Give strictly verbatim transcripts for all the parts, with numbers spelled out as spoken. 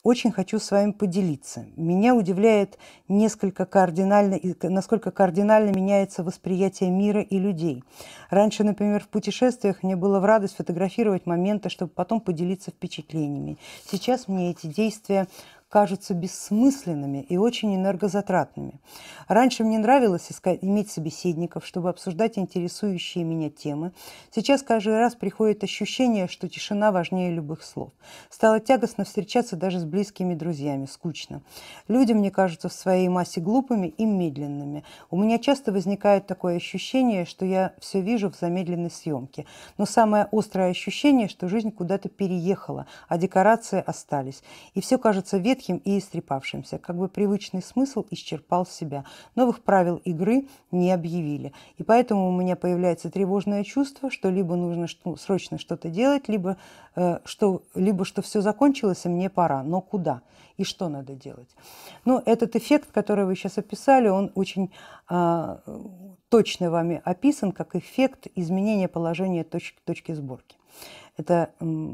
очень хочу с вами поделиться. Меня удивляет несколько кардинально, насколько кардинально меняется восприятие мира и людей. Раньше, например, в путешествиях мне было в радость фотографировать моменты, чтобы потом поделиться впечатлениями. Сейчас мне эти действия кажутся бессмысленными и очень энергозатратными. Раньше мне нравилось искать, иметь собеседников, чтобы обсуждать интересующие меня темы. Сейчас каждый раз приходит ощущение, что тишина важнее любых слов. Стало тягостно встречаться даже с близкими друзьями, скучно. Люди мне кажутся в своей массе глупыми и медленными. У меня часто возникает такое ощущение, что я все вижу в замедленной съемке. Но самое острое ощущение, что жизнь куда-то переехала, а декорации остались. И все кажется ветхим и истрепавшимся, как бы привычный смысл исчерпал себя. Новых правил игры не объявили. И поэтому у меня появляется тревожное чувство, что либо нужно срочно что-то делать, либо, э, что, либо что все закончилось, и мне пора. Но куда? И что надо делать? Ну, этот эффект, который вы сейчас описали, он очень э, точно вами описан как эффект изменения положения точки, точки сборки. Это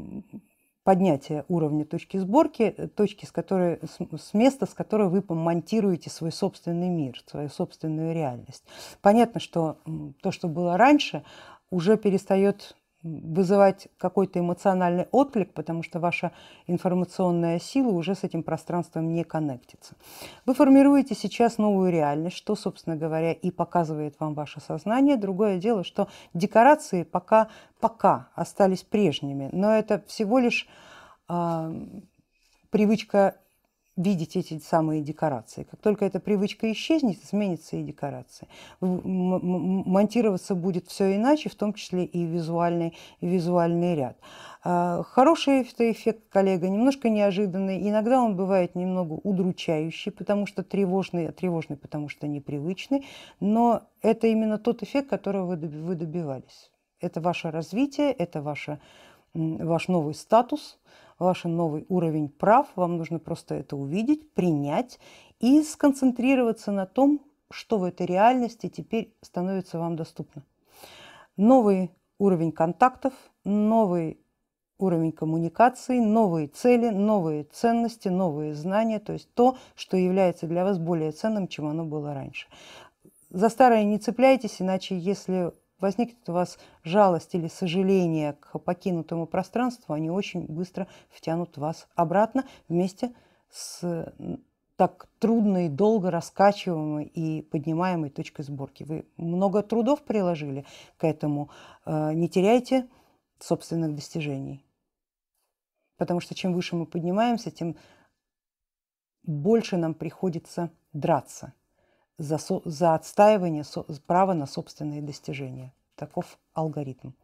поднятие уровня точки сборки, точки, с, которой, с места, с которой вы монтируете свой собственный мир, свою собственную реальность. Понятно, что то, что было раньше, уже перестает вызывать какой-то эмоциональный отклик, потому что ваша информационная сила уже с этим пространством не коннектится. Вы формируете сейчас новую реальность, что, собственно говоря, и показывает вам ваше сознание. Другое дело, что декорации пока, пока остались прежними, но это всего лишь э, привычка видеть эти самые декорации. Как только эта привычка исчезнет, изменится и декорации. Монтироваться будет все иначе, в том числе и визуальный, и визуальный ряд. Хороший эффект, коллега, немножко неожиданный. Иногда он бывает немного удручающий, потому что тревожный, тревожный, потому что непривычный. Но это именно тот эффект, которого вы добивались. Это ваше развитие, это ваше, ваш новый статус, ваш новый уровень прав. Вам нужно просто это увидеть, принять и сконцентрироваться на том, что в этой реальности теперь становится вам доступно. Новый уровень контактов, новый уровень коммуникации, новые цели, новые ценности, новые знания, то есть то, что является для вас более ценным, чем оно было раньше. За старое не цепляйтесь, иначе если возникнет у вас жалость или сожаление к покинутому пространству, они очень быстро втянут вас обратно вместе с так трудно и долго раскачиваемой и поднимаемой точкой сборки. Вы много трудов приложили к этому, не теряйте собственных достижений. Потому что чем выше мы поднимаемся, тем больше нам приходится драться за, за отстаивание права на собственные достижения. Таков алгоритм.